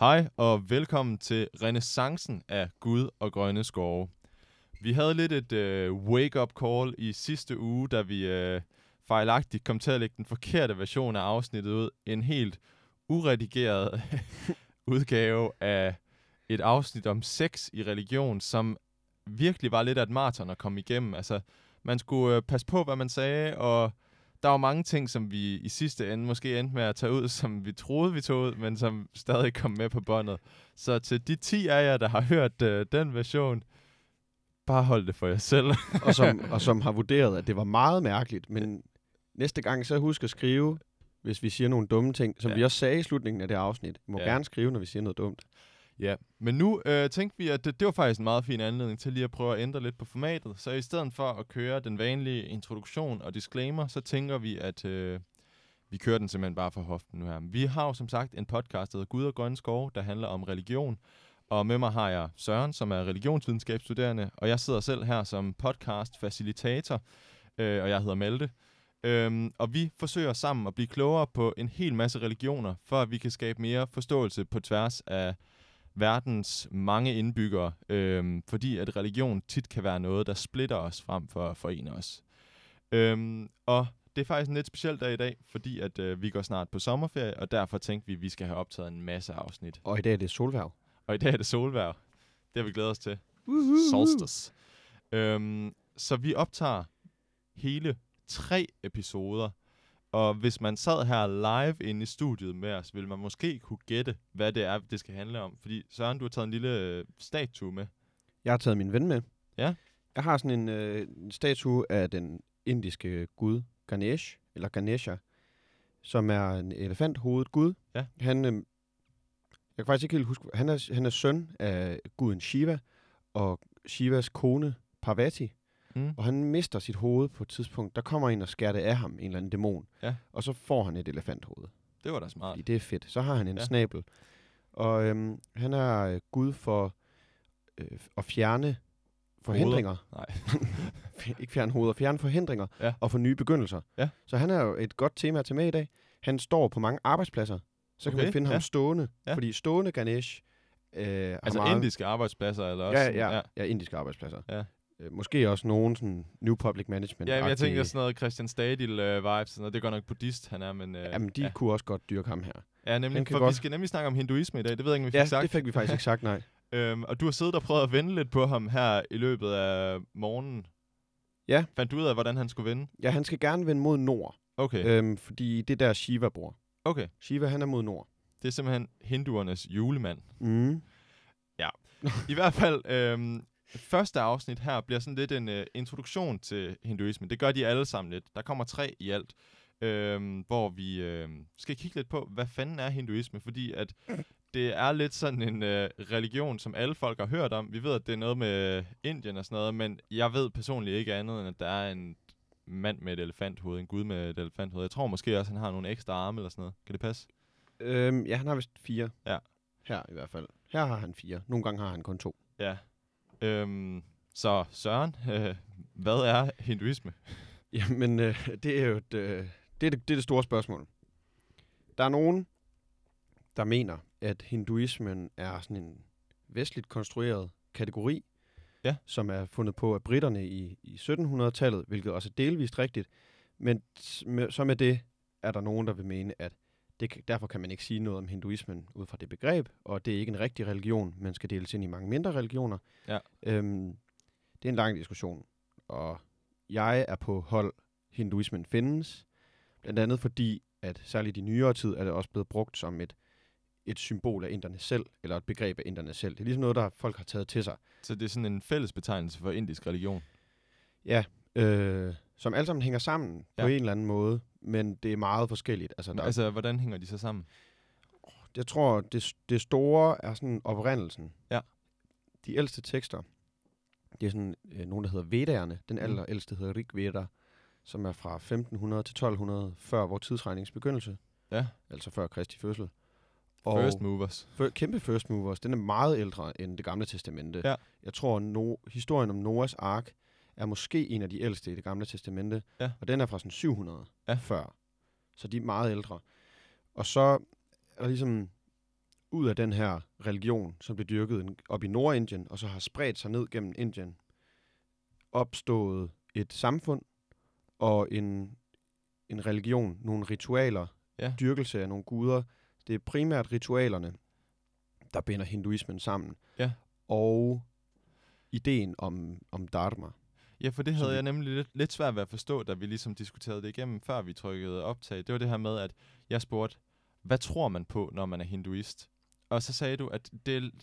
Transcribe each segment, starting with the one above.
Hej og velkommen til renæssancen af Gud og grønne skove. Vi havde lidt et wake-up call i sidste uge, da vi fejlagtigt kom til at lægge den forkerte version af afsnittet ud. En helt uredigeret udgave af et afsnit om sex i religion, som virkelig var lidt af et maraton at komme igennem. Altså, man skulle passe på, hvad man sagde, og der var mange ting, som vi i sidste ende måske endte med at tage ud, som vi troede, vi tog ud, men som stadig kom med på båndet. Så til de 10 af jer, der har hørt den version, bare hold det for jer selv. og som har vurderet, at det var meget mærkeligt, men næste gang så husk at skrive, hvis vi siger nogle dumme ting, som vi også sagde i slutningen af det afsnit. I må gerne skrive, når vi siger noget dumt. Ja, men nu tænkte vi, at det var faktisk en meget fin anledning til lige at prøve at ændre lidt på formatet. Så i stedet for at køre den vanlige introduktion og disclaimer, så tænker vi, at vi kører den simpelthen bare for hoften nu her. Vi har jo som sagt en podcast, der hedder Gud og grønne skove, der handler om religion. Og med mig har jeg Søren, som er religionsvidenskabsstuderende, og jeg sidder selv her som podcast-facilitator, og jeg hedder Malte. Og vi forsøger sammen at blive klogere på en hel masse religioner, for at vi kan skabe mere forståelse på tværs af verdens mange indbyggere, fordi at religion tit kan være noget, der splitter os frem for at forene os. Og det er faktisk en lidt speciel dag i dag, fordi at vi går snart på sommerferie, og derfor tænkte vi, at vi skal have optaget en masse afsnit. Og i dag er det solværv. Det har vi glædet os til. Solstice. Så vi optager hele 3 episoder. Og hvis man sad her live inde i studiet med os, ville man måske kunne gætte, hvad det er, det skal handle om. Fordi Søren, du har taget en lille statue med. Jeg har taget min ven med. Ja. Jeg har sådan en statue af den indiske gud Ganesh, eller Ganesha, som er en elefanthovedet gud. Ja. Han, jeg kan faktisk ikke helt huske, han er søn af guden Shiva, og Shivas kone Parvati. Og han mister sit hoved på et tidspunkt. Der kommer en og skærer det af ham, en eller anden dæmon. Ja. Og så får han et elefanthoved. Det var da smart. Fordi det er fedt. Så har han en snabel. Og han er gud for at fjerne forhindringer. Nej. Ikke fjerne hoveder, fjerne forhindringer og for nye begyndelser. Ja. Så han er jo et godt tema at tage med i dag. Han står på mange arbejdspladser. Så kan man finde ham stående. Ja. Fordi stående Ganesh... altså indiske arbejdspladser, eller også? Ja, indiske arbejdspladser. Ja. Måske også nogen sådan New Public Management. Ja, men jeg tænker sådan noget Christian Stadil-vibes, sådan noget. Det er godt nok buddhist, han er, men... Jamen, de kunne også godt dyrke ham her. Ja, nemlig, for vi skal nemlig snakke om hinduisme i dag. Det ved jeg ikke, om vi fik sagt. Ja, det fik vi faktisk ikke sagt, nej. Og du har siddet og prøvet at vende lidt på ham her i løbet af morgenen. Ja. Fandt du ud af, hvordan han skulle vende? Ja, han skal gerne vende mod nord. Okay. Fordi det der Shiva bor. Okay. Shiva, han er mod nord. Det er simpelthen hinduernes julemand. Mm. Ja. I hvert fald... første afsnit her bliver sådan lidt en introduktion til hinduismen. Det gør de alle sammen lidt. Der kommer 3 i alt, hvor vi skal kigge lidt på, hvad fanden er hinduisme? Fordi at det er lidt sådan en religion, som alle folk har hørt om. Vi ved, at det er noget med Indien og sådan noget, men jeg ved personligt ikke andet, end at der er en mand med et elefanthoved, en gud med et elefanthoved. Jeg tror måske også, at han har nogle ekstra arme eller sådan noget. Kan det passe? Ja, han har vist 4. Ja. Her i hvert fald. Her har han 4. Nogle gange har han kun 2. Ja. Så Søren, hvad er hinduisme? Jamen, det er jo det store spørgsmål. Der er nogen, der mener, at hinduismen er sådan en vestligt konstrueret kategori, som er fundet på af britterne i 1700-tallet, hvilket også er delvist rigtigt. Men så med det er der nogen, der vil mene, at derfor kan man ikke sige noget om hinduismen ud fra det begreb, og det er ikke en rigtig religion, men skal deles ind i mange mindre religioner. Ja. Det er en lang diskussion, og jeg er på hold, hinduismen findes, blandt andet fordi, at særligt i nyere tid er det også blevet brugt som et symbol af inderne selv, eller et begreb af inderne selv. Det er ligesom noget, der folk har taget til sig. Så det er sådan en fælles betegnelse for indisk religion? Ja, som alle sammen hænger sammen på en eller anden måde, men det er meget forskelligt. Altså, hvordan hænger de så sammen? Jeg tror, det store er sådan oprindelsen. Ja. De ældste tekster, det er sådan nogen, der hedder Vedaerne. Den allerældste hedder Rig Veda, som er fra 1500 til 1200, før vores tidsregningens begyndelse. Ja. Altså før Kristi fødsel. First movers. Kæmpe first movers. Den er meget ældre end det gamle testamente. Ja. Jeg tror, historien om Noahs ark er måske en af de ældste i det gamle testamente. Ja. Og den er fra sådan 700 før. Så de er meget ældre. Og så er der ligesom ud af den her religion, som blev dyrket op i Nordindien, og så har spredt sig ned gennem Indien, opstået et samfund og en religion, nogle ritualer, dyrkelse af nogle guder. Det er primært ritualerne, der binder hinduismen sammen. Ja. Og ideen om dharma. Ja, for det havde jeg nemlig lidt svært ved at forstå, da vi ligesom diskuterede det igennem, før vi trykkede optag. Det var det her med, at jeg spurgte, hvad tror man på, når man er hinduist? Og så sagde du, at det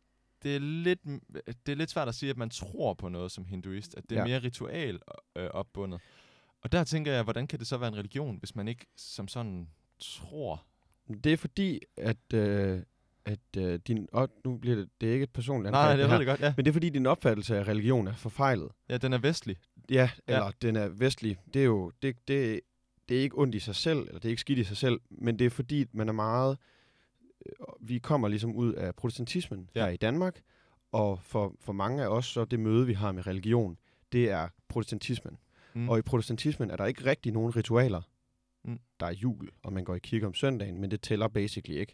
er lidt svært at sige, at man tror på noget som hinduist, at det er mere ritual opbundet. Og der tænker jeg, hvordan kan det så være en religion, hvis man ikke som sådan tror? Det er fordi, at din... nu bliver det er ikke et personligt angreb. Nej, det ved det godt, ja. Men det er fordi, din opfattelse af religion er forfejlet. Ja, den er vestlig. Ja, eller den er vestlig. Det er jo... Det er ikke ondt i sig selv, eller det er ikke skidt i sig selv, men det er fordi, man er meget... Vi kommer ligesom ud af protestantismen her i Danmark, og for mange af os, så det møde, vi har med religion, det er protestantismen. Og i protestantismen er der ikke rigtig nogen ritualer. Der er jul, og man går i kirke om søndagen, men det tæller basically ikke.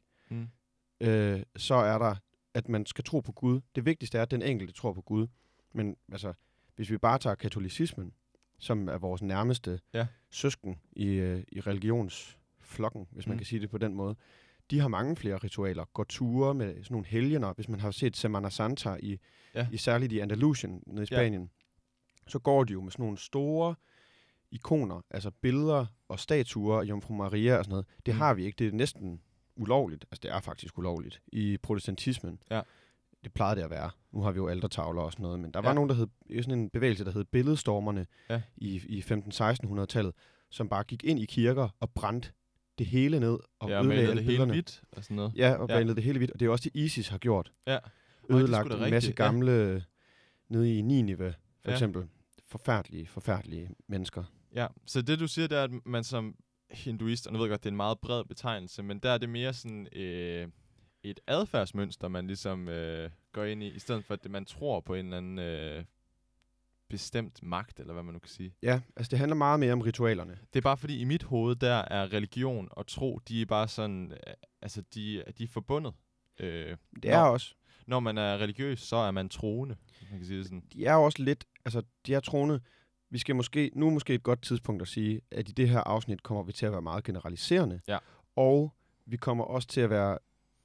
Så er der, at man skal tro på Gud. Det vigtigste er, at den enkelte tror på Gud. Men altså, hvis vi bare tager katolicismen, som er vores nærmeste søsken i religionsflokken, hvis man kan sige det på den måde, de har mange flere ritualer. Går ture med sådan nogle helgener. Hvis man har set Semana Santa i særligt i Andalusien, nede i Spanien, så går de jo med sådan nogle store ikoner, altså billeder og statuer af Jomfru Maria og sådan noget. Det har vi ikke. Det er næsten ulovligt. Altså, det er faktisk ulovligt i protestantismen. Ja. Det plejede det at være. Nu har vi jo altertavler og sådan noget, men der var nogen, der hed sådan en bevægelse, der hed Billedstormerne i 1500-1600-tallet, som bare gik ind i kirker og brændte det hele ned og ødelagde alle billederne. Hele hvidt og sådan noget. Ja, og malede det hele hvidt. Og det er også det, ISIS har gjort. Ja. Ødelagt en masse gamle nede i Ninive, for eksempel. Forfærdelige mennesker. Ja, så det du siger, det er, at man som hinduist, og nu ved jeg godt, det er en meget bred betegnelse, men der er det mere sådan et adfærdsmønster, man ligesom går ind i stedet for, at man tror på en eller anden bestemt magt, eller hvad man nu kan sige. Ja, altså det handler meget mere om ritualerne. Det er bare fordi, i mit hoved, der er religion og tro, de er bare sådan, altså de er forbundet. Det er også. Når man er religiøs, så er man troende, man kan sige det sådan. De er også lidt, altså de er troende. Vi skal måske et godt tidspunkt at sige, at i det her afsnit kommer vi til at være meget generaliserende. Ja. Og vi kommer også til at være,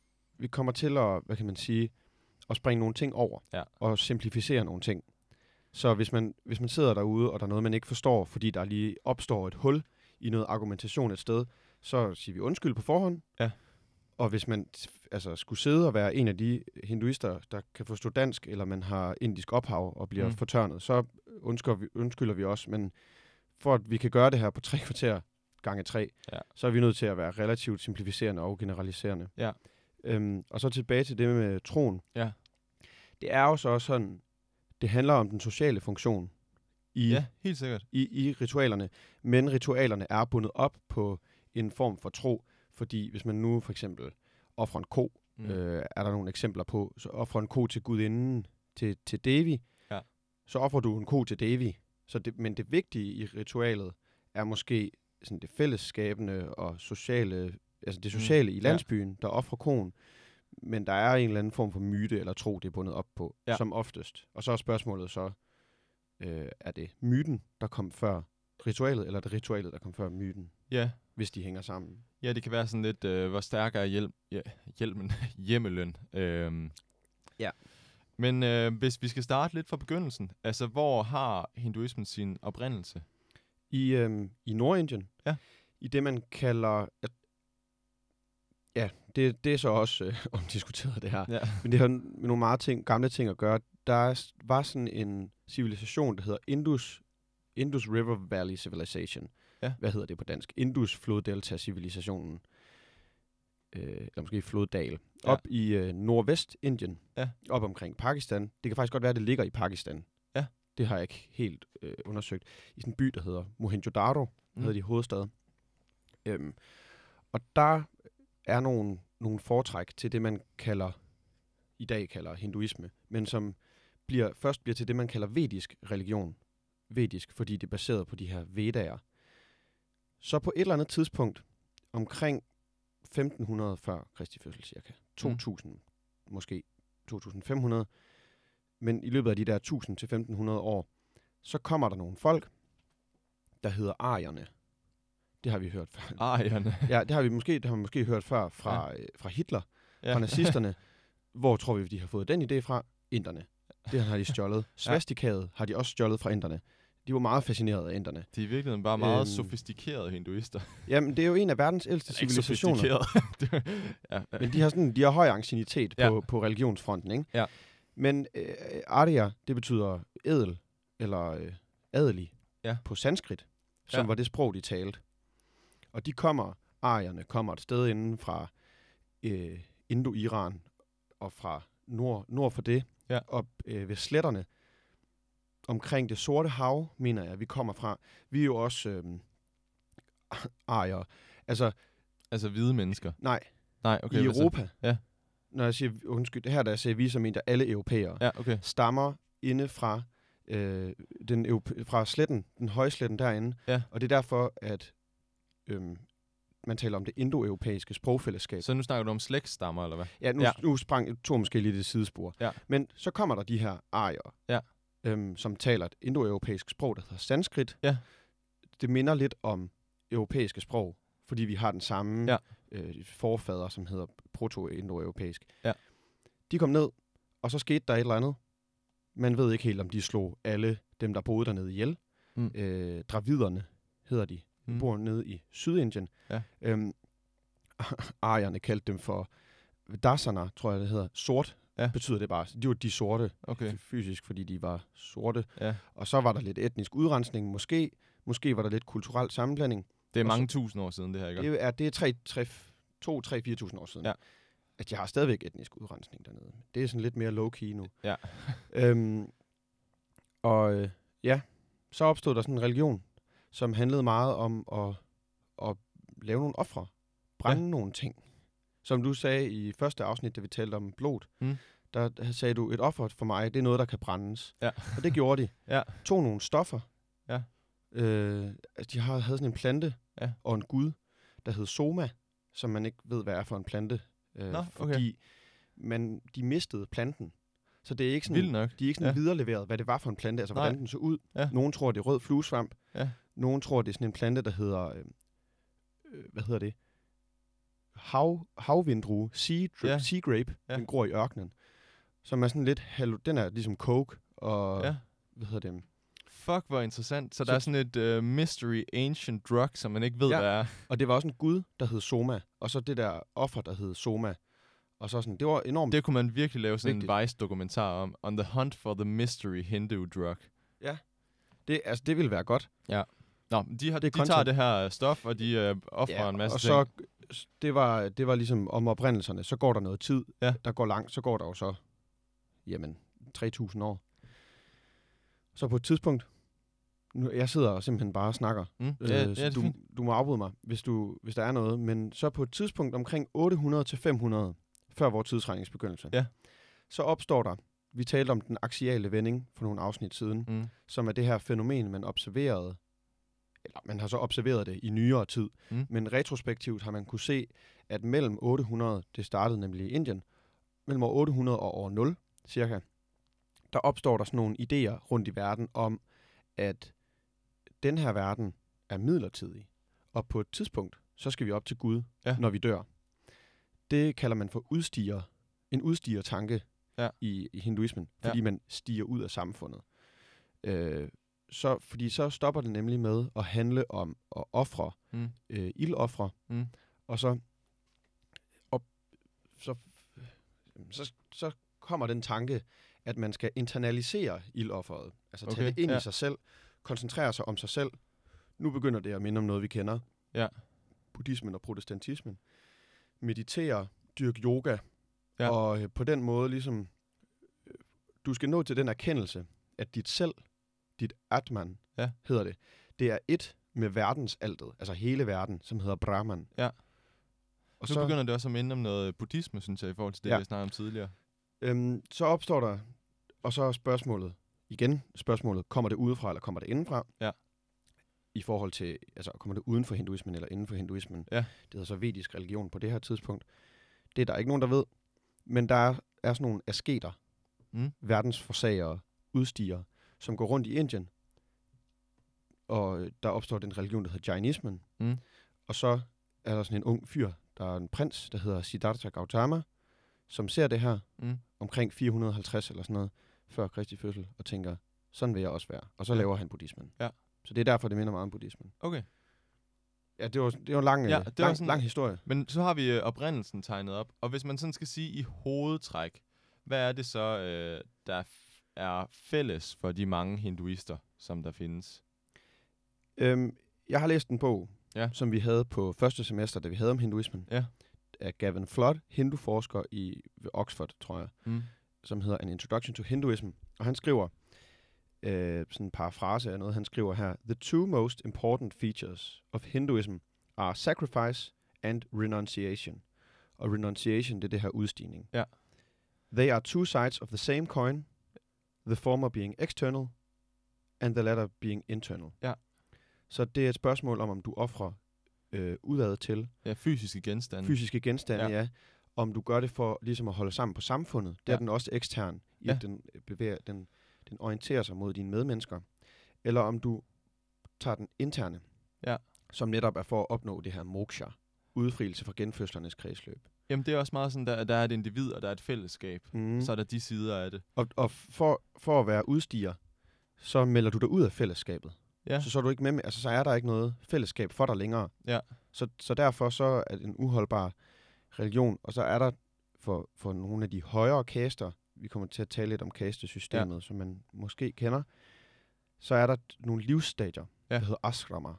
hvad kan man sige, at springe nogle ting over. Ja. Og simplificere nogle ting. Så hvis man sidder derude, og der er noget, man ikke forstår, fordi der lige opstår et hul i noget argumentation et sted, så siger vi undskyld på forhånd. Ja. Og hvis man skulle sidde og være en af de hinduister, der kan forstå dansk, eller man har indisk ophav og bliver fortørnet, så undskylder vi også. Men for at vi kan gøre det her på 3 kvarter gange 3, så er vi nødt til at være relativt simplificerende og generaliserende. Ja. Og så tilbage til det med troen. Ja. Det er jo så sådan, det handler om den sociale funktion helt sikkert. I ritualerne. Men ritualerne er bundet op på en form for tro. Fordi hvis man nu for eksempel offrer en ko, er der nogle eksempler på, så offrer en ko til gudinden, til Devi, så offrer du en ko til Devi. Men det vigtige i ritualet er måske sådan det fællesskabende og sociale, altså det sociale i landsbyen, der offrer koen. Men der er en eller anden form for myte eller tro, det er bundet op på, som oftest. Og så er spørgsmålet så, er det myten, der kom før ritualet, eller er det ritualet, der kom før myten? Ja. Hvis de hænger sammen. Ja, det kan være sådan lidt, hvor stærk er hjemmeløn. Ja. Men hvis vi skal starte lidt fra begyndelsen, altså hvor har hinduismen sin oprindelse? I Nordindien. Ja. I det, man kalder... det er så også omdiskuteret det her. Ja. Men det har med nogle meget gamle ting at gøre. Der var sådan en civilisation, der hedder Indus River Valley Civilization. Ja. Hvad hedder det på dansk? Indus floddelta-civilisationen. Eller måske floddal. Ja. Op i nordvest-Indien. Ja. Op omkring Pakistan. Det kan faktisk godt være, at det ligger i Pakistan. Ja. Det har jeg ikke helt undersøgt. I sådan en by, der hedder Mohenjo-Daro. Hedder de hovedstad. Og der er nogle fortræk til det, man i dag kalder hinduisme. Men som først bliver til det, man kalder vedisk religion. Vedisk, fordi det er baseret på de her vedaer. Så på et eller andet tidspunkt, omkring 1500 før Kristi fødsel cirka. 2000, måske 2500. Men i løbet af de der 1000 til 1500 år, så kommer der nogle folk, der hedder arierne. Det har vi hørt før. Arierne? Ja, det har man måske hørt før fra Hitler, fra nazisterne. Hvor tror vi, de har fået den idé fra? Inderne. Det har de stjålet. Svastikaet har de også stjålet fra inderne. De var meget fascineret af inderne. De er i virkeligheden bare meget sofistikerede hinduister. Jamen, det er jo en af verdens ældste civilisationer. Men de har høj anciennitet på religionsfronten, ikke? Ja. Men Arya, det betyder ædel, eller adelig, på sanskrit, som var det sprog, de talte. Og arierne kommer et sted inden fra Indo-Iran, og fra nord for det, op ved sletterne, omkring det sorte hav, mener jeg, vi kommer fra. Vi er jo også arier. Altså hvide mennesker? Nej, okay, i Europa. Ja. Når jeg siger, undskyld, her der siger vi, som en, der alle europæere, stammer inde fra fra sletten, den højsletten derinde. Ja. Og det er derfor, at man taler om det indoeuropæiske sprogfællesskab. Så nu snakker du om slægtsstammer, eller hvad? Ja, nu tog måske lidt et sidespor. Ja. Men så kommer der de her arier, som taler et indoeuropæisk sprog, der hedder sanskrit. Ja. Det minder lidt om europæiske sprog, fordi vi har den samme forfader, som hedder proto-indoeuropæisk. Ja. De kom ned, og så skete der et eller andet. Man ved ikke helt, om de slog alle dem, der boede dernede ihjel. Draviderne hedder de. De bor nede i Sydindien. Ja. Arierne kaldte dem for Dasana, tror jeg det hedder. Sort betyder det bare. De var de sorte fysisk, fordi de var sorte. Ja. Og så var der lidt etnisk udrensning. Måske var der lidt kulturel sammenblanding. Det er mange tusind år siden, det her, ikke? Det er 2-3-4.000 år siden. Ja. At de har stadigvæk etnisk udrensning dernede. Det er sådan lidt mere low-key nu. Ja. Så opstod der sådan en religion, som handlede meget om at lave nogle ofre, brænde nogle ting. Som du sagde i første afsnit, da vi talte om blod, der sagde du, et offer for mig, det er noget, der kan brændes. Ja. Og det gjorde de. Ja. Tog nogle stoffer. Ja. De havde sådan en plante og en gud, der hed Soma, som man ikke ved, hvad er for en plante. Fordi de mistede planten. Så det er ikke sådan, de er ikke sådan videreleveret, hvad det var for en plante, altså hvordan den så ud. Ja. Nogen tror, det er rød fluesvamp. Ja. Nogen tror, det er sådan en plante, der hedder, hvad hedder det? Havvindrue, sea grape, den gror i ørkenen. Som er sådan lidt, den er ligesom coke, og hvad hedder det? Fuck, hvor interessant. Så der er sådan et mystery ancient drug, som man ikke ved, hvad er. Og det var også en gud, der hed Soma, og så det der offer, der hed Soma. Og så sådan, det var enormt. Det kunne man virkelig lave sådan en Vice-dokumentar om. On the hunt for the mystery Hindu drug. Ja. Det ville være godt. Ja. Nå, de tager det her stof, og de offrer en masse ting. Og så, det var ligesom om oprindelserne. Så går der noget tid. Ja. Der går langt. Så går der jo så, 3.000 år. Så på et tidspunkt, jeg sidder simpelthen bare og snakker. Du må afbryde mig, hvis der er noget. Men så på et tidspunkt omkring 800 til 500, før vores tidsregningsbegyndelse, så opstår der, vi talte om den aksiale vending for nogle afsnit siden, som er det her fænomen, man observerede, eller man har så observeret det i nyere tid, men retrospektivt har man kunne se, at mellem 800, det startede nemlig i Indien, mellem år 800 og år 0 cirka, der opstår der sådan nogle idéer rundt i verden om, at den her verden er midlertidig, og på et tidspunkt, så skal vi op til Gud, når vi dør. Det kalder man for en udstigertanke i hinduismen, fordi man stiger ud af samfundet. Fordi så stopper det nemlig med at handle om at ofre, ildofre, og så kommer den tanke, at man skal internalisere ildofferet, altså tage det ind i sig selv, koncentrere sig om sig selv. Nu begynder det at minde om noget, vi kender. Ja. Buddhismen og protestantismen. Meditere, dyrke yoga, og på den måde ligesom, du skal nå til den erkendelse, at dit selv, dit Atman, hedder det, det er et med verdensaltet, altså hele verden, som hedder Brahman. Ja. Og nu begynder det også at minde om noget buddhisme, synes jeg, i forhold til det, jeg snakkede om tidligere. Så opstår der, og så er spørgsmålet, kommer det udefra, eller kommer det indenfra? Ja. i forhold til, altså kommer det uden for hinduismen eller inden for hinduismen. Ja. Det hedder så vedisk religion på det her tidspunkt. Det er der ikke nogen, der ved. Men der er sådan nogle asketer, verdensforsagere, udstigere, som går rundt i Indien. Og der opstår den religion, der hedder Jainismen. Og så er der sådan en ung fyr, der er en prins, der hedder Siddhartha Gautama, som ser det her omkring 450 eller sådan noget, før Kristi fødsel, og tænker, sådan vil jeg også være. Og så laver han buddhismen. Ja. Så det er derfor, det minder meget om buddhismen. Okay. Ja, det var en lang historie. Men så har vi oprindelsen tegnet op, og hvis man sådan skal sige i hovedtræk, hvad er det så, der er fælles for de mange hinduister, som der findes? Jeg har læst en bog, som vi havde på første semester, da vi havde om hinduismen, af Gavin Flood, hinduforsker ved Oxford, tror jeg, som hedder An Introduction to Hinduism. Og han skriver, sådan en parafrase af noget, han skriver her, The two most important features of Hinduism are sacrifice and renunciation. Og renunciation, det er det her udstigning. Ja. They are two sides of the same coin, the former being external, and the latter being internal. Ja. Så det er et spørgsmål om du offrer udad til. Ja, fysiske genstande. Fysiske genstande, ja. Om du gør det for ligesom at holde sammen på samfundet. Det er den også ekstern, i at den orienterer sig mod dine medmennesker. Eller om du tager den interne, som netop er for at opnå det her moksha, udfrielse fra genfødslernes kredsløb. Jamen det er også meget sådan, der er et individ, og der er et fællesskab. Så er der de sider af det. Og for at være udstiger, så melder du dig ud af fællesskabet. Ja. Så er du ikke med, altså så er der ikke noget fællesskab for dig længere. Ja. Så derfor så er det en uholdbar religion, og så er der for nogle af de højere kaster, vi kommer til at tale lidt om kastesystemet, som man måske kender, så er der nogle livsstadier, der hedder ashrama.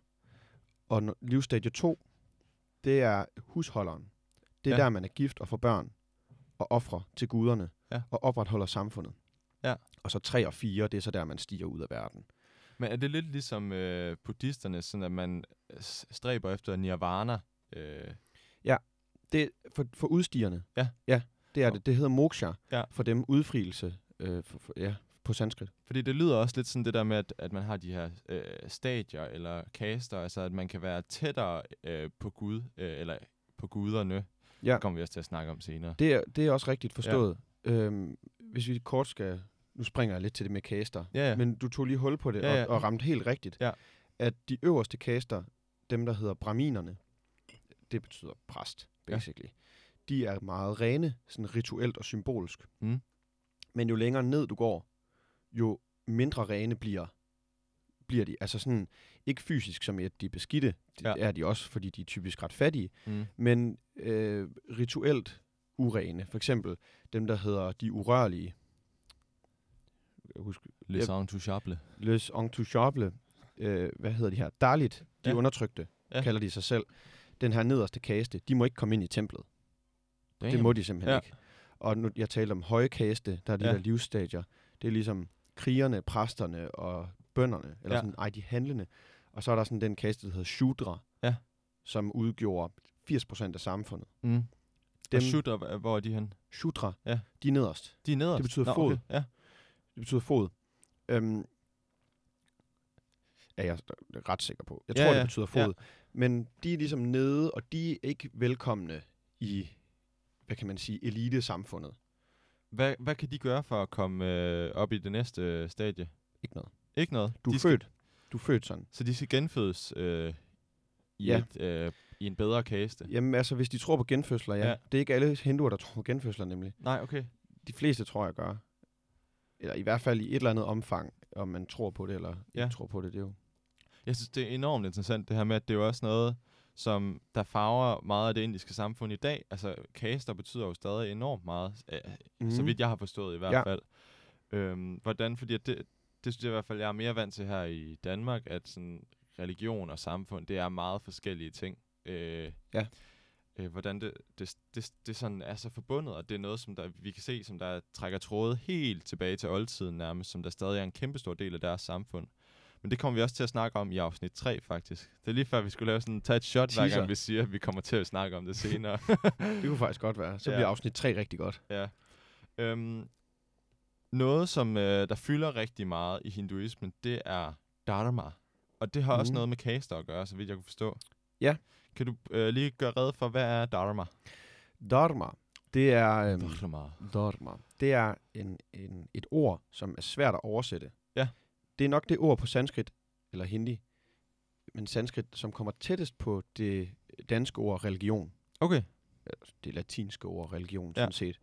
Og livsstadie 2, det er husholderen. Det er der, man er gift og får børn, og offrer til guderne, og opretholder samfundet. Ja. Og så 3 og 4, det er så der, man stiger ud af verden. Men er det lidt ligesom buddhisterne, sådan at man stræber efter nirvana? Ja, det for udstigerne. Ja, det er det. Det hedder moksha, for dem udfrielse på sanskrit. Fordi det lyder også lidt sådan det der med, at man har de her stadier eller kaster, altså at man kan være tættere på Gud, eller på guderne. Det kommer vi også til at snakke om senere. Det er også rigtigt forstået. Ja. Hvis vi kort skal... Nu springer jeg lidt til det med kaster, men du tog lige hul på det og ramte helt rigtigt. Ja. At de øverste kaster, dem der hedder brahminerne, det betyder præst, basically. De er meget rene, sådan rituelt og symbolsk. Men jo længere ned du går, jo mindre rene bliver de. Altså sådan, ikke fysisk som at de er beskidte, det er de også, fordi de er typisk ret fattige, men rituelt urene. For eksempel dem, der hedder de urørlige. Les intouchables. Les intouchables. Hvad hedder de her? Dalit, de undertrykte, kalder de sig selv. Den her nederste kaste, de må ikke komme ind i templet. Damn. Det må de simpelthen ikke. Og nu, jeg talte om høje kaste, der er de der livsstadier. Det er ligesom krigerne, præsterne og bønderne, eller sådan, de handlende. Og så er der sådan den kaste, der hedder Shudra, som udgjorde 80% af samfundet. Og Shudra, hvor er de hen? Shudra, de er nederst. De er nederst? Det betyder fod. Okay. Ja. Det betyder fod. Er jeg ret sikker på. Jeg tror, det betyder fod. Ja. Men de er ligesom nede, og de er ikke velkomne i, hvad kan man sige, elitesamfundet. Hvad kan de gøre for at komme op i det næste stadie? Ikke noget. Ikke noget? Du er født sådan. Så de skal genfødes i en bedre kaste? Jamen altså, hvis de tror på genfødsler, Det er ikke alle hinduer, der tror på genfødsler, nemlig. Nej, okay. De fleste tror jeg gør. Eller i hvert fald i et eller andet omfang, om man tror på det, eller ikke tror på det, det er jo... Jeg synes, det er enormt interessant, det her med, at det er jo også noget, som der farver meget af det indiske samfund i dag. Altså, kaster betyder jo stadig enormt meget, så vidt jeg har forstået i hvert fald. Hvordan, fordi det synes jeg i hvert fald, jeg er mere vant til her i Danmark, at sådan religion og samfund, det er meget forskellige ting. Hvordan det sådan er så forbundet, og det er noget, som vi kan se, som der trækker tråde helt tilbage til oldtiden nærmest, som der stadig er en kæmpestor del af deres samfund. Men det kommer vi også til at snakke om i afsnit 3, faktisk. Det er lige før, vi skulle tage et shot, hver gang vi siger, at vi kommer til at snakke om det senere. Det kunne faktisk godt være. Så bliver afsnit 3 rigtig godt. Ja. Noget, som der fylder rigtig meget i hinduismen, det er dharma. Og det har også noget med caster at gøre, så vidt jeg kunne forstå. Ja. Kan du lige gøre rede for, hvad er dharma? Dharma, det er... Dharma. Det er et ord, som er svært at oversætte. Ja. Det er nok det ord på sanskrit, eller hindi, men sanskrit, som kommer tættest på det danske ord religion. Okay. Det latinske ord religion, sådan set.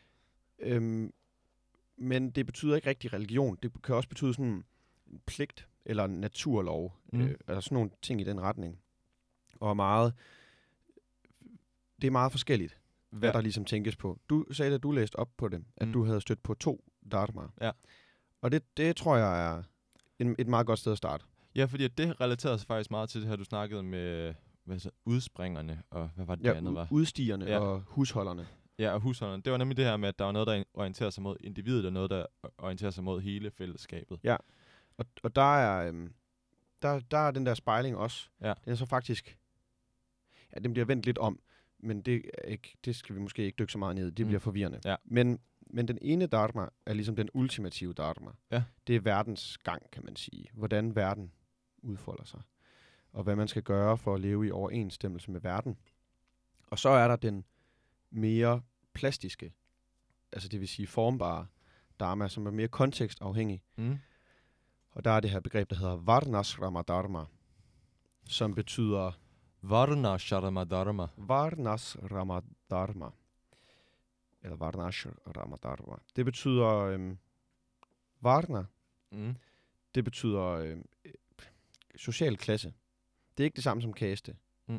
Men det betyder ikke rigtig religion. Det kan også betyde sådan en pligt, eller en naturlov, eller sådan nogle ting i den retning. Og det er meget forskelligt, hvad der ligesom tænkes på. Du sagde, at du læste op på det, at du havde stødt på 2 dharma. Ja. Og det tror jeg er et meget godt sted at starte. Ja, fordi det relaterer sig faktisk meget til det her, du snakkede med udspringerne, og hvad var det andet var? Udstigerne og husholderne. Ja, og husholderne. Det var nemlig det her med, at der var noget, der orienterer sig mod individet, og noget, der orienterer sig mod hele fællesskabet. Ja, og der er den der spejling også. Ja. Den er så faktisk... Ja, den bliver vendt lidt om, men det skal vi måske ikke dykke så meget ned i. Det bliver forvirrende. Ja. Men den ene dharma er ligesom den ultimative dharma. Ja. Det er verdens gang, kan man sige. Hvordan verden udfolder sig. Og hvad man skal gøre for at leve i overensstemmelse med verden. Og så er der den mere plastiske, altså det vil sige formbare dharma, som er mere kontekstafhængig. Og der er det her begreb, der hedder Varnashrama dharma, som betyder... Varnashrama dharma. Varnashrama dharma. Eller Varnashrama dharma. Det betyder... Varna. Det betyder social klasse. Det er ikke det samme som kaste.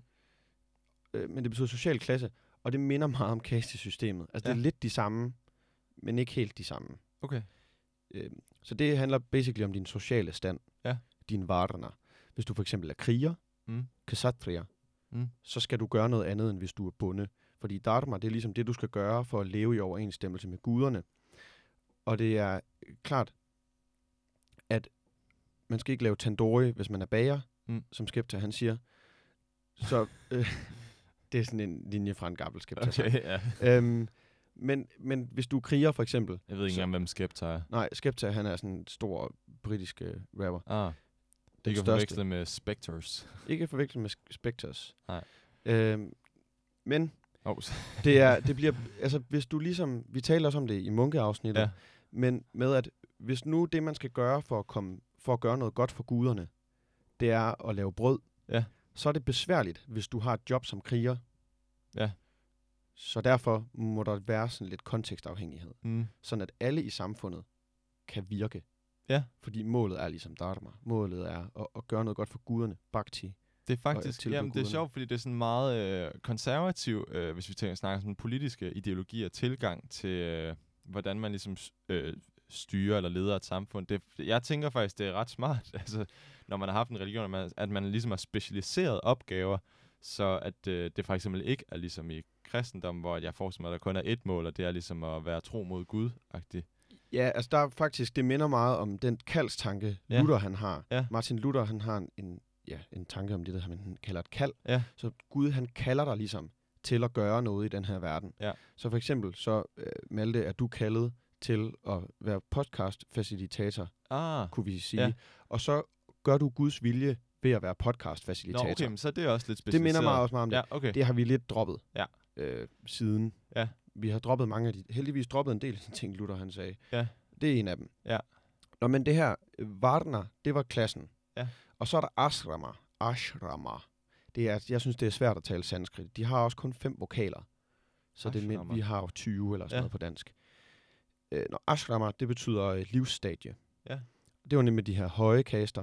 Men det betyder social klasse. Og det minder meget om kastesystemet. Altså det er lidt de samme, men ikke helt de samme. Okay. Så det handler basically om din sociale stand. Ja. Din varna. Hvis du for eksempel er kriger, kshatriya, så skal du gøre noget andet, end hvis du er bonde. Fordi dharma, det er ligesom det, du skal gøre for at leve i overensstemmelse med guderne. Og det er klart, at man skal ikke lave tandoori, hvis man er bager, som Skepta han siger. Så det er sådan en linje fra en gammel Skepta. Okay, ja. Men hvis du er kriger, for eksempel... Jeg ved ikke engang, hvem Skepta er. Nej, Skepta, han er sådan en stor britisk rapper. Ikke forvekslet med Spectres. Ikke forvekslet med Spectres. Nej. Men det bliver... Altså, hvis du ligesom... Vi taler også om det i munkeafsnittet. Men med at... Hvis nu det, man skal gøre for at gøre noget godt for guderne, det er at lave brød, så er det besværligt, hvis du har et job som kriger. Ja. Så derfor må der være sådan lidt kontekstafhængighed. Sådan at alle i samfundet kan virke. Ja. Fordi målet er ligesom dharma. Målet er at gøre noget godt for guderne. Bhakti. Det er faktisk, det er sjovt, fordi det er sådan meget konservativ, hvis vi snakker sådan politiske ideologier og tilgang til, hvordan man ligesom styrer eller leder et samfund. Jeg tænker faktisk, det er ret smart, altså, når man har haft en religion, at man ligesom har specialiseret opgaver, så at det for eksempel ikke er ligesom i kristendom, hvor jeg forestiller mig, at der kun er et mål, og det er ligesom at være tro mod Gud-agtigt. Ja, altså der er faktisk, det minder meget om den kaldstanke, Luther han har. Ja. Martin Luther, han har en tanke om det, der man kalder et kald. Ja. Så Gud, han kalder dig ligesom til at gøre noget i den her verden. Ja. Så for eksempel, så Malte, er du kaldet til at være podcast-facilitator, kunne vi sige. Ja. Og så gør du Guds vilje ved at være podcast-facilitator. Nå, okay, men så det er også lidt specialiseret. Det minder også meget om det. Ja, okay. Det har vi lidt droppet siden. Ja. Vi har droppet mange af de... Heldigvis droppet en del af de ting, Luther han sagde. Ja. Det er en af dem. Ja. Nå, men det her, Varna, det var klassen. Ja. Og så er der ashrama. Ashrama. Jeg synes, det er svært at tale sanskrit. De har også kun 5 vokaler. Så vi har jo 20 eller sådan noget på dansk. Ashrama, det betyder livsstadie. Ja. Det var nemlig de her høje kaster.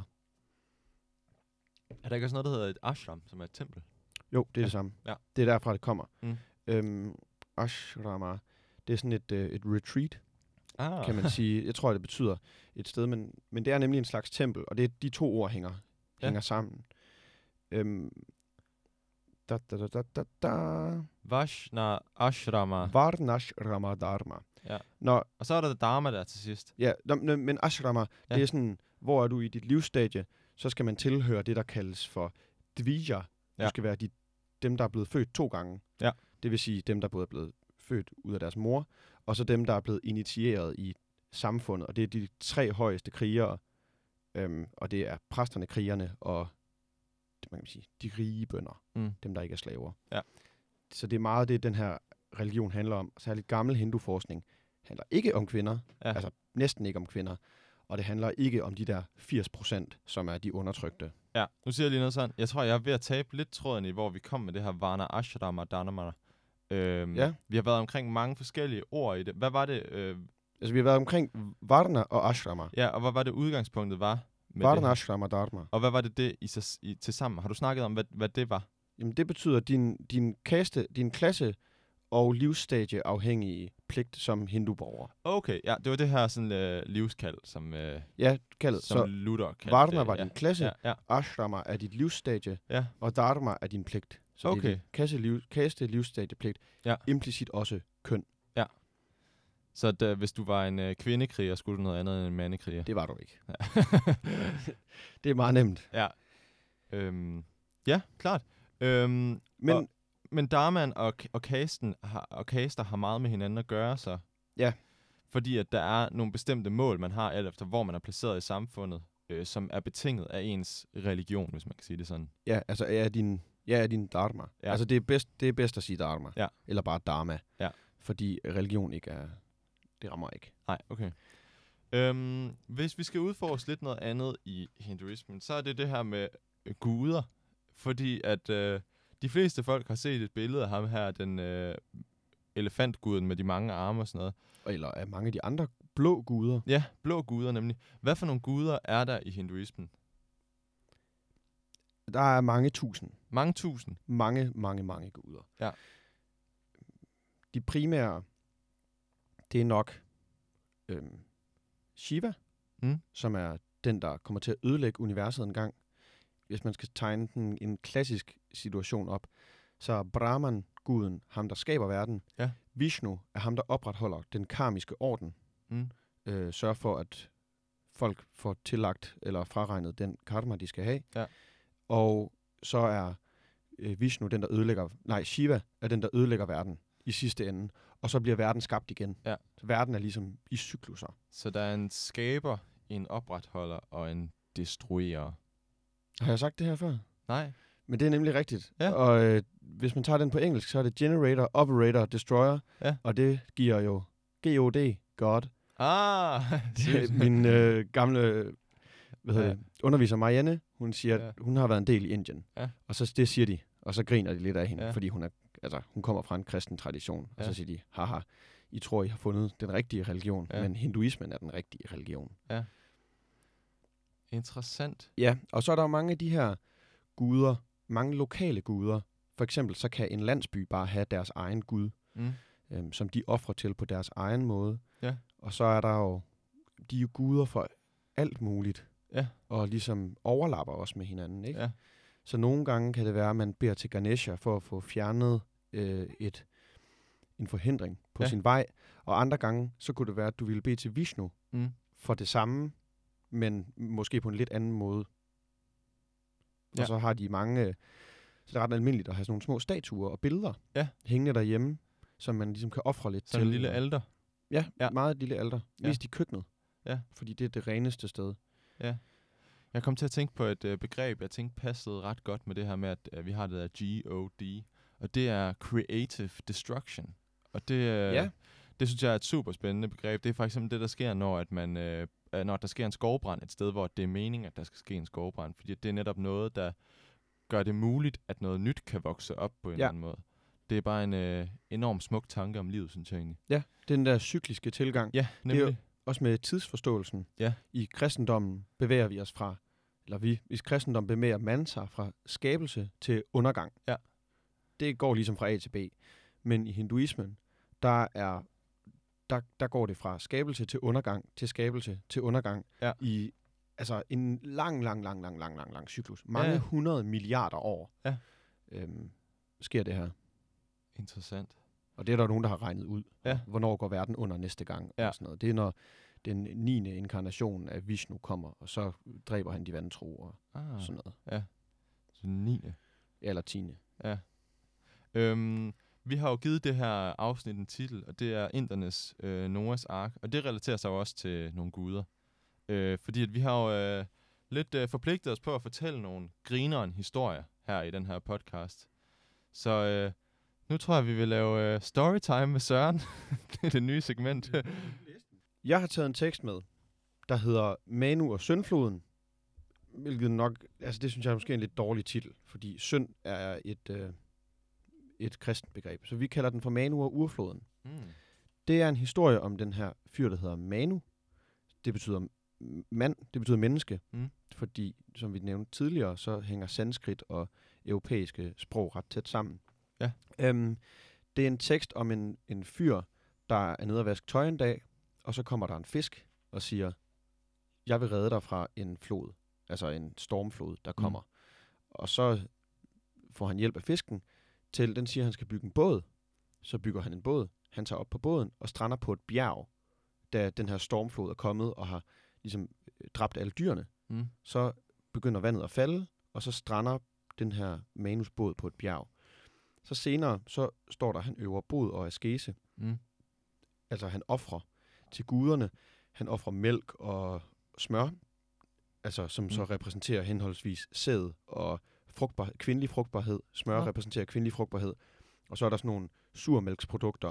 Er der ikke også noget, der hedder et ashram, som er et tempel? Jo, det er det samme. Ja. Det er derfra, det kommer. Ashrama, det er sådan et retreat, kan man sige. Jeg tror, det betyder et sted, men det er nemlig en slags tempel, og det er de 2 ord hænger sammen. Vashna ashrama. Varnashrama dharma. Ja. Og så er der dharma der til sidst. Ja, men ashrama, det er sådan, hvor er du i dit livsstadie, så skal man tilhøre det, der kaldes for dvija. Du skal være dem, der er blevet født 2 gange. Ja. Det vil sige dem, der både er blevet født ud af deres mor, og så dem, der er blevet initieret i samfundet. Og det er de 3 højeste krigere Og det er præsterne, krigerne og man kan sige, de rige bønder, dem der ikke er slaver. Ja. Så det er meget det, den her religion handler om. Særligt gammel hinduforskning handler ikke om kvinder, altså næsten ikke om kvinder, og det handler ikke om de der 80%, som er de undertrykte. Ja, nu siger jeg lige noget sådan. Jeg tror, jeg er ved at tabe lidt tråden i, hvor vi kom med det her Varna Ashrama Dharma. Vi har været omkring mange forskellige ord i det. Hvad var det? Altså, vi har været omkring Varna og Ashrama. Ja, og hvad var det udgangspunktet var? Varna Ashrama Dharma. Og hvad var det til sammen? Har du snakket om, hvad det var? Jamen, det betyder din klasse og livsstadie afhængige pligt som hinduborger. Okay, ja, det var det her sådan livskald, som kaldet. Som så Luther kaldte Varna var din klasse, ja. Ashrama er dit livsstadie, og Dharma er din pligt. Så det er din kaste livsstadiepligt, implicit også køn. Ja. Så hvis du var en kvindekriger, skulle du noget andet end en mandekriger? Det var du ikke. Ja. Det er meget nemt. Ja. Ja, klart. Men Dharman og kaster har meget med hinanden at gøre, så. Ja. Fordi at der er nogle bestemte mål, man har, alt efter hvor man er placeret i samfundet, som er betinget af ens religion, hvis man kan sige det sådan. Ja, altså er din dharma. Ja. Altså det er bedst at sige dharma. Ja. Eller bare dharma. Ja. Fordi religion ikke er. Det rammer ikke. Nej, okay. Hvis vi skal udforske lidt noget andet i hinduismen, så er det her med guder. Fordi at de fleste folk har set et billede af ham her, den elefantguden med de mange arme og sådan noget. Eller af mange af de andre blå guder. Ja, blå guder nemlig. Hvad for nogle guder er der i hinduismen? Der er mange tusind. Mange tusind? Mange guder. Ja. De primære, det er nok Shiva, som er den, der kommer til at ødelægge universet en gang. Hvis man skal tegne en klassisk situation op, så er Brahman, guden, ham der skaber verden. Ja. Vishnu er ham, der opretholder den karmiske orden. Sørger for, at folk får tillagt eller fraregnet den karma, de skal have. Ja. Og så er Vishnu den, der ødelægger. Nej, Shiva er den, der ødelægger verden i sidste ende. Og så bliver verden skabt igen. Ja. Så verden er ligesom i cykluser. Så der er en skaber, en opretholder og en destruerer. Har jeg sagt det her før? Nej. Men det er nemlig rigtigt. Ja. Og hvis man tager den på engelsk, så er det generator, operator, destroyer. Ja. Og det giver jo God, God. Det er min gamle underviser Marianne. Hun siger, at hun har været en del i Indien. Ja. Og så det siger de. Og så griner de lidt af hende, fordi hun kommer fra en kristen tradition. Ja. Og så siger de, haha, I tror, I har fundet den rigtige religion. Ja. Men hinduismen er den rigtige religion. Ja. Interessant. Ja, og så er der jo mange af de her guder, mange lokale guder. For eksempel så kan en landsby bare have deres egen gud, som de offrer til på deres egen måde. Ja. Og så er der jo, de er jo guder for alt muligt. Ja. Og ligesom overlapper også med hinanden, ikke? Ja. Så nogle gange kan det være, at man beder til Ganesha for at få fjernet en forhindring på sin vej. Og andre gange, så kunne det være, at du ville bede til Vishnu for det samme, men måske på en lidt anden måde. Ja. Og så har de mange. Så det er ret almindeligt at have sådan nogle små statuer og billeder hængende derhjemme, som man ligesom kan ofre lidt til. Sådan en lille alter? Ja, meget lille alter. Mest i køkkenet. Ja. Fordi det er det reneste sted. Ja. Jeg kom til at tænke på et begreb, jeg tænkte passede ret godt med det her med, at vi har det der GOD. Og det er Creative Destruction. Og det synes jeg er et super spændende begreb. Det er faktisk det, der sker, når der sker en skovbrand et sted, hvor det er meningen, at der skal ske en skovbrand. Fordi det er netop noget, der gør det muligt, at noget nyt kan vokse op på en eller anden måde. Det er bare en enorm smuk tanke om livet, synes jeg egentlig. Ja, den der cykliske tilgang. Ja, nemlig. Det er også med tidsforståelsen. Ja. I kristendommen bevæger vi os fra, i kristendommen bevæger man sig fra skabelse til undergang. Ja. Det går ligesom fra A til B. Men i hinduismen, der går det fra skabelse til undergang, til skabelse til undergang i en lang cyklus. Mange 100 milliarder år sker det her. Interessant. Og det er der nogen, der har regnet ud. Ja. Hvornår går verden under næste gang? Og sådan noget. Det er, når den 9. inkarnation af Vishnu kommer, og så dræber han de vantro og sådan noget. Ja. Så 9. Eller 10. Ja. Vi har jo givet det her afsnit en titel, og det er Indernes Noahs Ark, og det relaterer sig jo også til nogle guder. Fordi at vi har jo lidt forpligtet os på at fortælle nogle grineren historier her i den her podcast. Så nu tror jeg, vi vil lave storytime med Søren. Det er det nye segment. Jeg har taget en tekst med, der hedder Manu og Syndfloden. Hvilket nok, altså det synes jeg er måske en lidt dårlig titel, fordi synd er et kristent begreb. Så vi kalder den for Manu og Urfloden. Det er en historie om den her fyr, der hedder Manu. Det betyder mand, det betyder menneske. Fordi, som vi nævnte tidligere, så hænger sanskrit og europæiske sprog ret tæt sammen. Ja. Det er en tekst om en fyr, der er nede og vaske tøj en dag, og så kommer der en fisk og siger, jeg vil redde dig fra en flod, altså en stormflod, der kommer. Og så får han hjælp af fisken til, den siger, at han skal bygge en båd. Så bygger han en båd. Han tager op på båden og strander på et bjerg, da den her stormflod er kommet og har ligesom dræbt alle dyrene. Så begynder vandet at falde, og så strander den her Manus båd på et bjerg. Så senere, så står der, at han øver bod og askese. Altså han ofrer til guderne. Han ofrer mælk og smør, altså som så repræsenterer henholdsvis sæd og kvindelig frugtbarhed. Smør repræsenterer kvindelig frugtbarhed. Og så er der sådan nogle surmælksprodukter.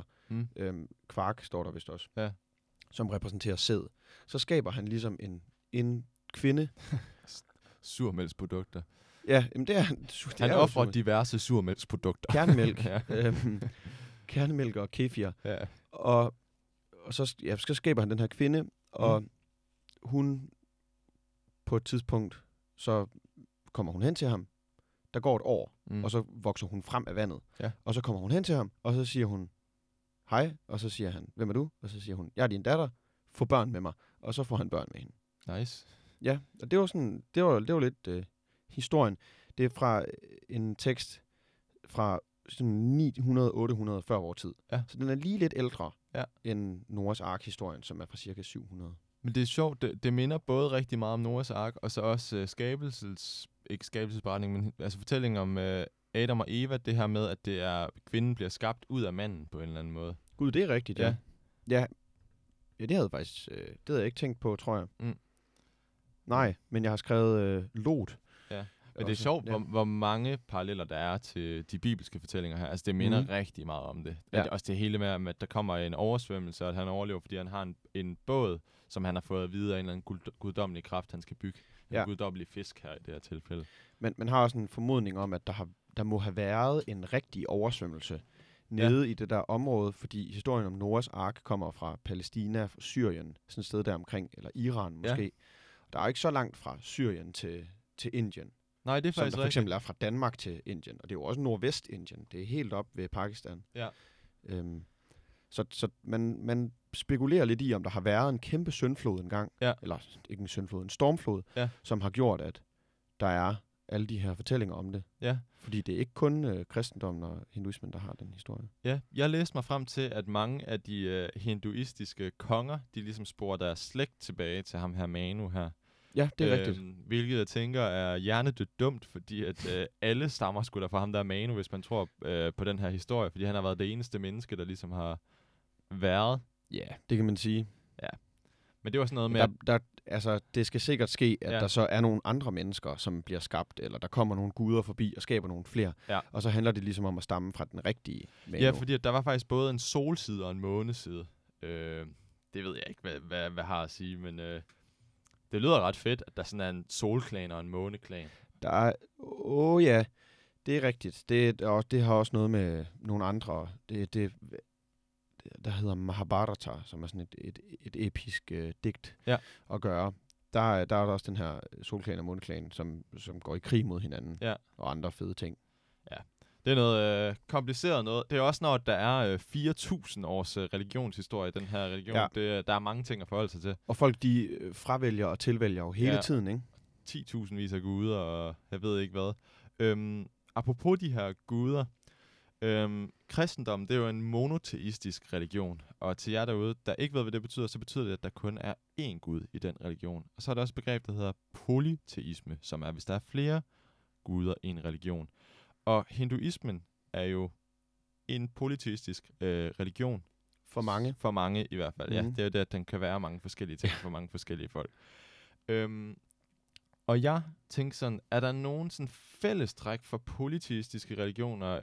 Kvark står der vist også. Som repræsenterer sæd. Så skaber han ligesom en kvinde. Surmælksprodukter. Ja, men det er han offrer diverse surmælksprodukter. Kernemælk. Kernemælk og kefir. Ja. Og så skaber han den her kvinde, og hun på et tidspunkt, så kommer hun hen til ham. Der går et år, og så vokser hun frem af vandet. Ja. Og så kommer hun hen til ham, og så siger hun, hej, og så siger han, hvem er du? Og så siger hun, jeg er din datter, få børn med mig. Og så får han børn med hende. Nice. Ja, og det var sådan, det var lidt historien. Det er fra en tekst fra sådan 900-800 før vores tid. Ja. Så den er lige lidt ældre end Noahs Ark-historien, som er fra cirka 700. Men det er sjovt, det minder både rigtig meget om Noahs Ark, og så også ikke skabelsesberetning, men altså fortællingen om Adam og Eva, det her med, at det er, kvinden bliver skabt ud af manden på en eller anden måde. Gud, det er rigtigt, ja. Ja, det havde jeg faktisk, det havde jeg ikke tænkt på, tror jeg. Nej, men jeg har skrevet Lot. Ja. Men det er sjovt, hvor mange paralleller der er til de bibelske fortællinger her. Altså, det minder rigtig meget om det. Ja. Også det hele med, at der kommer en oversvømmelse, og at han overlever, fordi han har en båd, som han har fået at vide af en eller anden guddommelig kraft, han skal bygge. En guddommelig fisk her i det her tilfælde. Men man har også en formodning om, at der må have været en rigtig oversvømmelse nede i det der område, fordi historien om Noahs Ark kommer fra Palæstina, fra Syrien, sådan et sted der omkring, eller Iran måske. Ja. Der er ikke så langt fra Syrien til Indien. Nej, det er faktisk som der for eksempel er fra Danmark til Indien. Og det er jo også Nordvest-Indien. Det er helt op ved Pakistan. Ja. Så man spekulerer lidt i, om der har været en kæmpe syndflod engang. Ja. Eller ikke en syndflod, en stormflod, som har gjort, at der er alle de her fortællinger om det. Ja. Fordi det er ikke kun kristendommen og hinduismen, der har den historie. Ja, jeg læste mig frem til, at mange af de hinduistiske konger, de ligesom sporer deres slægt tilbage til ham her Manu her. Ja, det er rigtigt. Hvilket jeg tænker er hjernedødt dumt, fordi at alle stammer skulle der fra ham der Manu, hvis man tror på den her historie, fordi han har været det eneste menneske, der ligesom har været. Ja, det kan man sige. Ja. Men det var sådan noget med... Altså, det skal sikkert ske, at der så er nogle andre mennesker, som bliver skabt, eller der kommer nogle guder forbi og skaber nogle flere. Ja. Og så handler det ligesom om at stamme fra den rigtige Manu. Ja, fordi der var faktisk både en solside og en måneside. Det ved jeg ikke, hvad har at sige, men... Det lyder ret fedt, at der sådan er en solklan og en måneklan. Der er... ja, det er rigtigt. Det har også noget med nogle andre... Der hedder Mahabharata, som er sådan et episk digt at gøre. Der er der også den her solklan og måneklan, som går i krig mod hinanden. Ja. Og andre fede ting. Ja. Det er noget kompliceret noget. Det er også, når der er 4.000 års religionshistorie i den her religion. Ja. Der er mange ting at forholde sig til. Og folk, de fravælger og tilvælger jo hele tiden, ikke? 10.000 vis af guder, og jeg ved ikke hvad. Apropos de her guder. Kristendom, det er jo en monoteistisk religion. Og til jer derude, der ikke ved, hvad det betyder, så betyder det, at der kun er én gud i den religion. Og så er der også et begreb, der hedder polyteisme, som er, hvis der er flere guder i en religion. Og hinduismen er jo en polyteistisk religion. For mange. For mange i hvert fald, ja. Det er jo det, at den kan være mange forskellige ting for mange forskellige folk. Og jeg tænker sådan, er der nogen sådan fællestræk for polyteistiske religioner,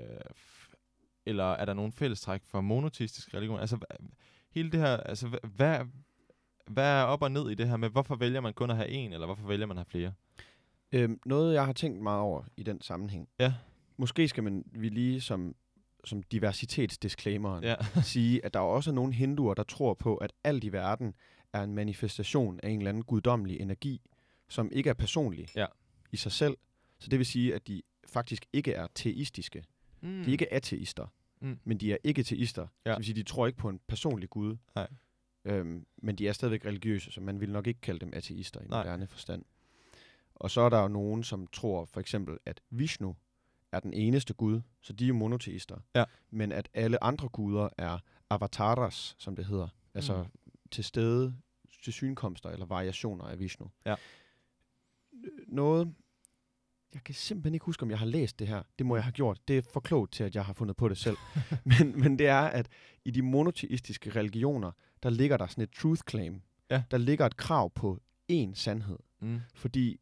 eller er der nogen fællestræk for monoteistiske religioner? Altså, hele det her, altså, hvad er op og ned i det her med, hvorfor vælger man kun at have en, eller hvorfor vælger man at have flere? Noget, jeg har tænkt meget over i den sammenhæng. Ja. Måske skal vi lige som diversitetsdisclaimeren Ja. sige, at der er også nogle hinduer, der tror på, at alt i verden er en manifestation af en eller anden guddommelig energi, som ikke er personlig i sig selv. Så det vil sige, at de faktisk ikke er teistiske. De er ikke ateister, men de er ikke teister. Ja. Det vil sige, de tror ikke på en personlig gud. Nej. Men de er stadigvæk religiøse, så man vil nok ikke kalde dem ateister i moderne forstand. Og så er der jo nogen, som tror for eksempel, at Vishnu er den eneste gud, så de er monoteister. Ja. Men at alle andre guder er avataras, som det hedder. Altså til stede, til synkomster eller variationer af Vishnu. Ja. Noget, jeg kan simpelthen ikke huske, om jeg har læst det her. Det må jeg have gjort. Det er for klogt til, at jeg har fundet på det selv. men det er, at i de monoteistiske religioner, der ligger der sådan et truth claim. Ja. Der ligger et krav på én sandhed. Fordi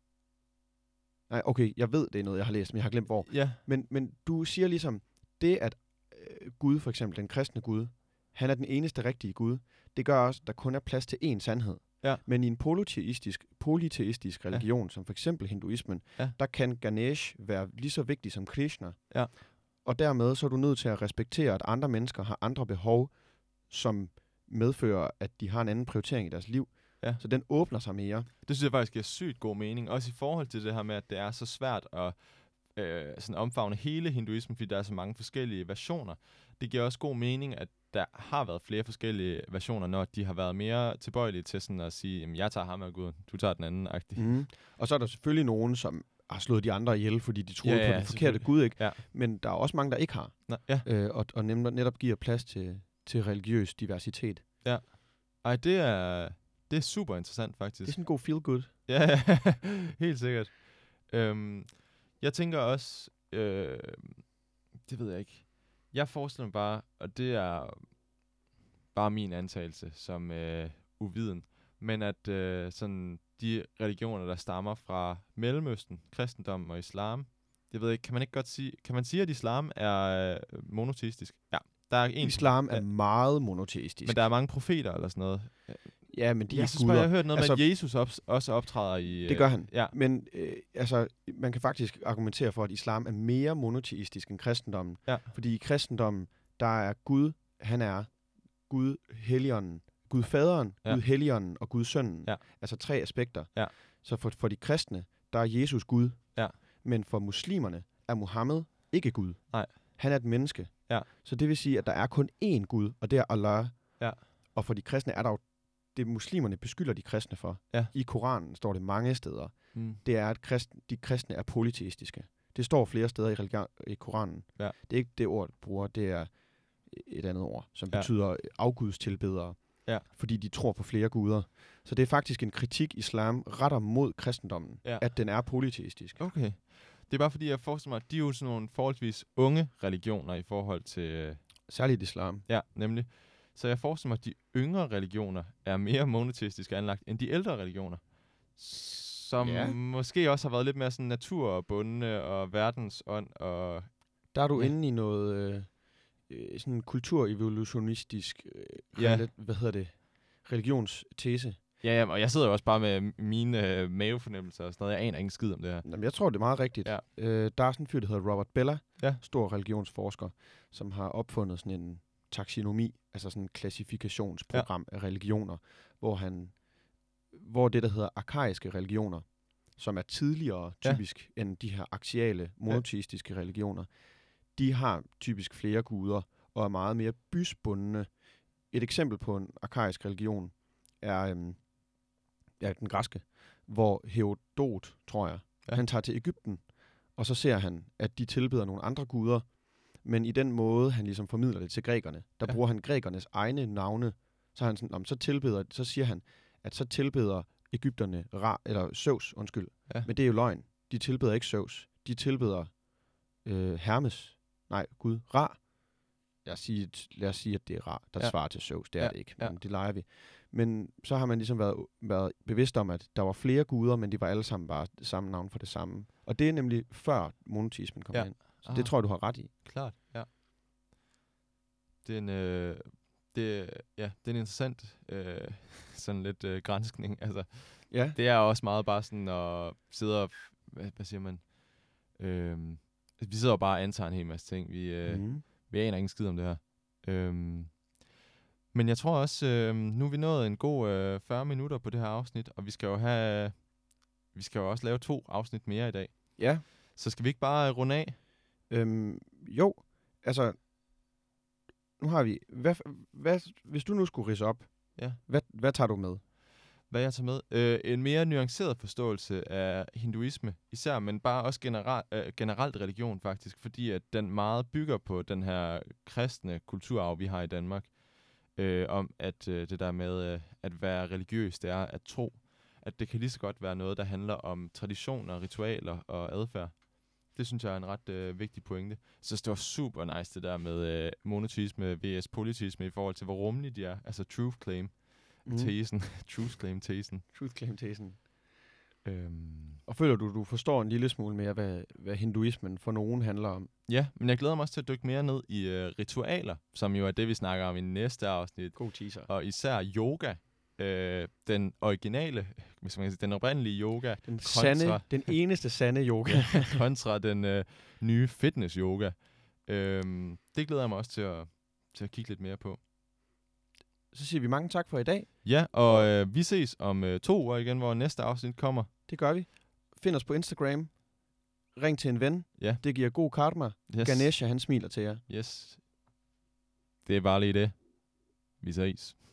nej, okay, jeg ved, det er noget, jeg har læst, men jeg har glemt hvor. Ja. Men du siger ligesom, det at Gud, for eksempel den kristne Gud, han er den eneste rigtige Gud, det gør også, at der kun er plads til én sandhed. Ja. Men i en polyteistisk religion, som for eksempel hinduismen, der kan Ganesh være lige så vigtig som Krishna. Ja. Og dermed så er du nødt til at respektere, at andre mennesker har andre behov, som medfører, at de har en anden prioritering i deres liv. Ja. Så den åbner sig mere. Det synes jeg faktisk giver sygt god mening. Også i forhold til det her med, at det er så svært at sådan omfavne hele hinduismen, fordi der er så mange forskellige versioner. Det giver også god mening, at der har været flere forskellige versioner, når de har været mere tilbøjelige til sådan at sige, jamen, jeg tager ham af Gud, du tager den anden. Og så er der selvfølgelig nogen, som har slået de andre ihjel, fordi de troede på den forkerte Gud, ikke? Ja. Men der er også mange, der ikke har. Og netop giver plads til religiøs diversitet. Ja. Ej, det er super interessant, faktisk. Det er sådan en god feel-good. Ja, helt sikkert. Jeg tænker også, det ved jeg ikke. Jeg forestiller mig bare, og det er bare min antagelse som uviden, men at sådan de religioner, der stammer fra Mellemøsten, kristendom og islam, jeg ved ikke, kan man sige, at islam er monoteistisk? Ja. Der er islam er meget monoteistisk. Men der er mange profeter eller sådan noget. Ja, men de jeg synes bare, jeg har hørt noget med, at Jesus også optræder i... Det gør han. Ja. Men man kan faktisk argumentere for, at islam er mere monoteistisk end kristendommen. Ja. Fordi i kristendommen, der er Gud, han er Gud Helligånden, Gud Faderen, Gud Helligånden og Gud Sønnen. Ja. Altså 3 aspekter. Ja. Så for de kristne, der er Jesus Gud. Ja. Men for muslimerne er Muhammed ikke Gud. Nej. Han er et menneske. Ja. Så det vil sige, at der er kun én Gud, og det er Allah. Ja. Og for de kristne er der jo det muslimerne beskylder de kristne for. Ja. I Koranen står det mange steder. Det er, at de kristne er polyteistiske. Det står flere steder i Koranen. Ja. Det er ikke det ord, du bruger, det er et andet ord, som betyder afgudstilbedere. Ja. Fordi de tror på flere guder. Så det er faktisk en kritik, islam retter mod kristendommen, at den er polyteistisk. Okay. Det er bare fordi, jeg forestiller mig, at de er jo sådan nogle forholdsvis unge religioner i forhold til... Særligt islam. Ja, nemlig. Så jeg forestiller mig, at de yngre religioner er mere monoteistisk anlagt end de ældre religioner, som måske også har været lidt mere sådan naturbundne og verdensånd. Og der er du inde i noget sådan kulturevolutionistisk religionstese. Ja, og jeg sidder jo også bare med mine mavefornemmelser og sådan noget. Jeg aner ingen skid om det her. Jamen, jeg tror, det er meget rigtigt. Ja. Der er sådan en fyr, der hedder Robert Bella, stor religionsforsker, som har opfundet sådan en taksonomi, altså sådan en klassifikationsprogram af religioner, hvor det, der hedder arkaiske religioner, som er tidligere typisk end de her aksiale, monoteistiske religioner, de har typisk flere guder og er meget mere bysbundne. Et eksempel på en arkaisk religion er den græske, hvor Herodot, tror jeg, han tager til Egypten, og så ser han, at de tilbeder nogle andre guder, men i den måde, han ligesom formidler det til grækerne, der bruger han grækernes egne navne. Så er han sådan, så siger han, at så tilbeder egypterne Zeus, men det er jo løgn. De tilbeder ikke Zeus. De tilbeder Hermes. Nej, Gud. Ra. lad os sige, at det er Ra, der svarer til Zeus. Det er det ikke, men det leger vi. Men så har man ligesom været bevidst om, at der var flere guder, men de var alle sammen bare det samme navn for det samme. Og det er nemlig før monoteismen kom ind. Så det tror jeg, du har ret i. Klart, ja. Det er en interessant sådan lidt granskning. Altså, det er også meget bare sådan at sidde og, hvad siger man? Vi sidder og bare og antager en hel masse ting. Vi aner ikke skid om det her. Men jeg tror også, nu er vi nået en god 40 minutter på det her afsnit, og vi skal jo også lave 2 afsnit mere i dag. Ja. Så skal vi ikke bare runde af? Jo, altså, nu har vi, hvis du nu skulle ridse op, hvad tager du med? Hvad jeg tager med? En mere nuanceret forståelse af hinduisme, især, men bare også generelt religion faktisk, fordi at den meget bygger på den her kristne kulturarv, vi har i Danmark, om at det der med at være religiøs, det er at tro, at det kan lige så godt være noget, der handler om traditioner, ritualer og adfærd. Det synes jeg er en ret vigtig pointe. Så det var super nice det der med monoteisme vs polyteisme i forhold til, hvor rummelige de er. Altså truth claim. Tesen. Truth claim-tesen. Truth claim-tesen. Og føler du forstår en lille smule mere, hvad hinduismen for nogen handler om? Ja, men jeg glæder mig også til at dykke mere ned i ritualer, som jo er det, vi snakker om i næste afsnit. God teaser. Og især yoga. Den originale, hvis man kan sige, den oprindelige yoga. Den eneste sande yoga. kontra den nye fitness-yoga. Det glæder jeg mig også til at kigge lidt mere på. Så siger vi mange tak for i dag. Ja, og vi ses om 2 uger igen, hvor næste afsnit kommer. Det gør vi. Find os på Instagram. Ring til en ven. Ja. Det giver god karma. Yes. Ganesha, han smiler til jer. Yes. Det er bare lige det. Vi ses.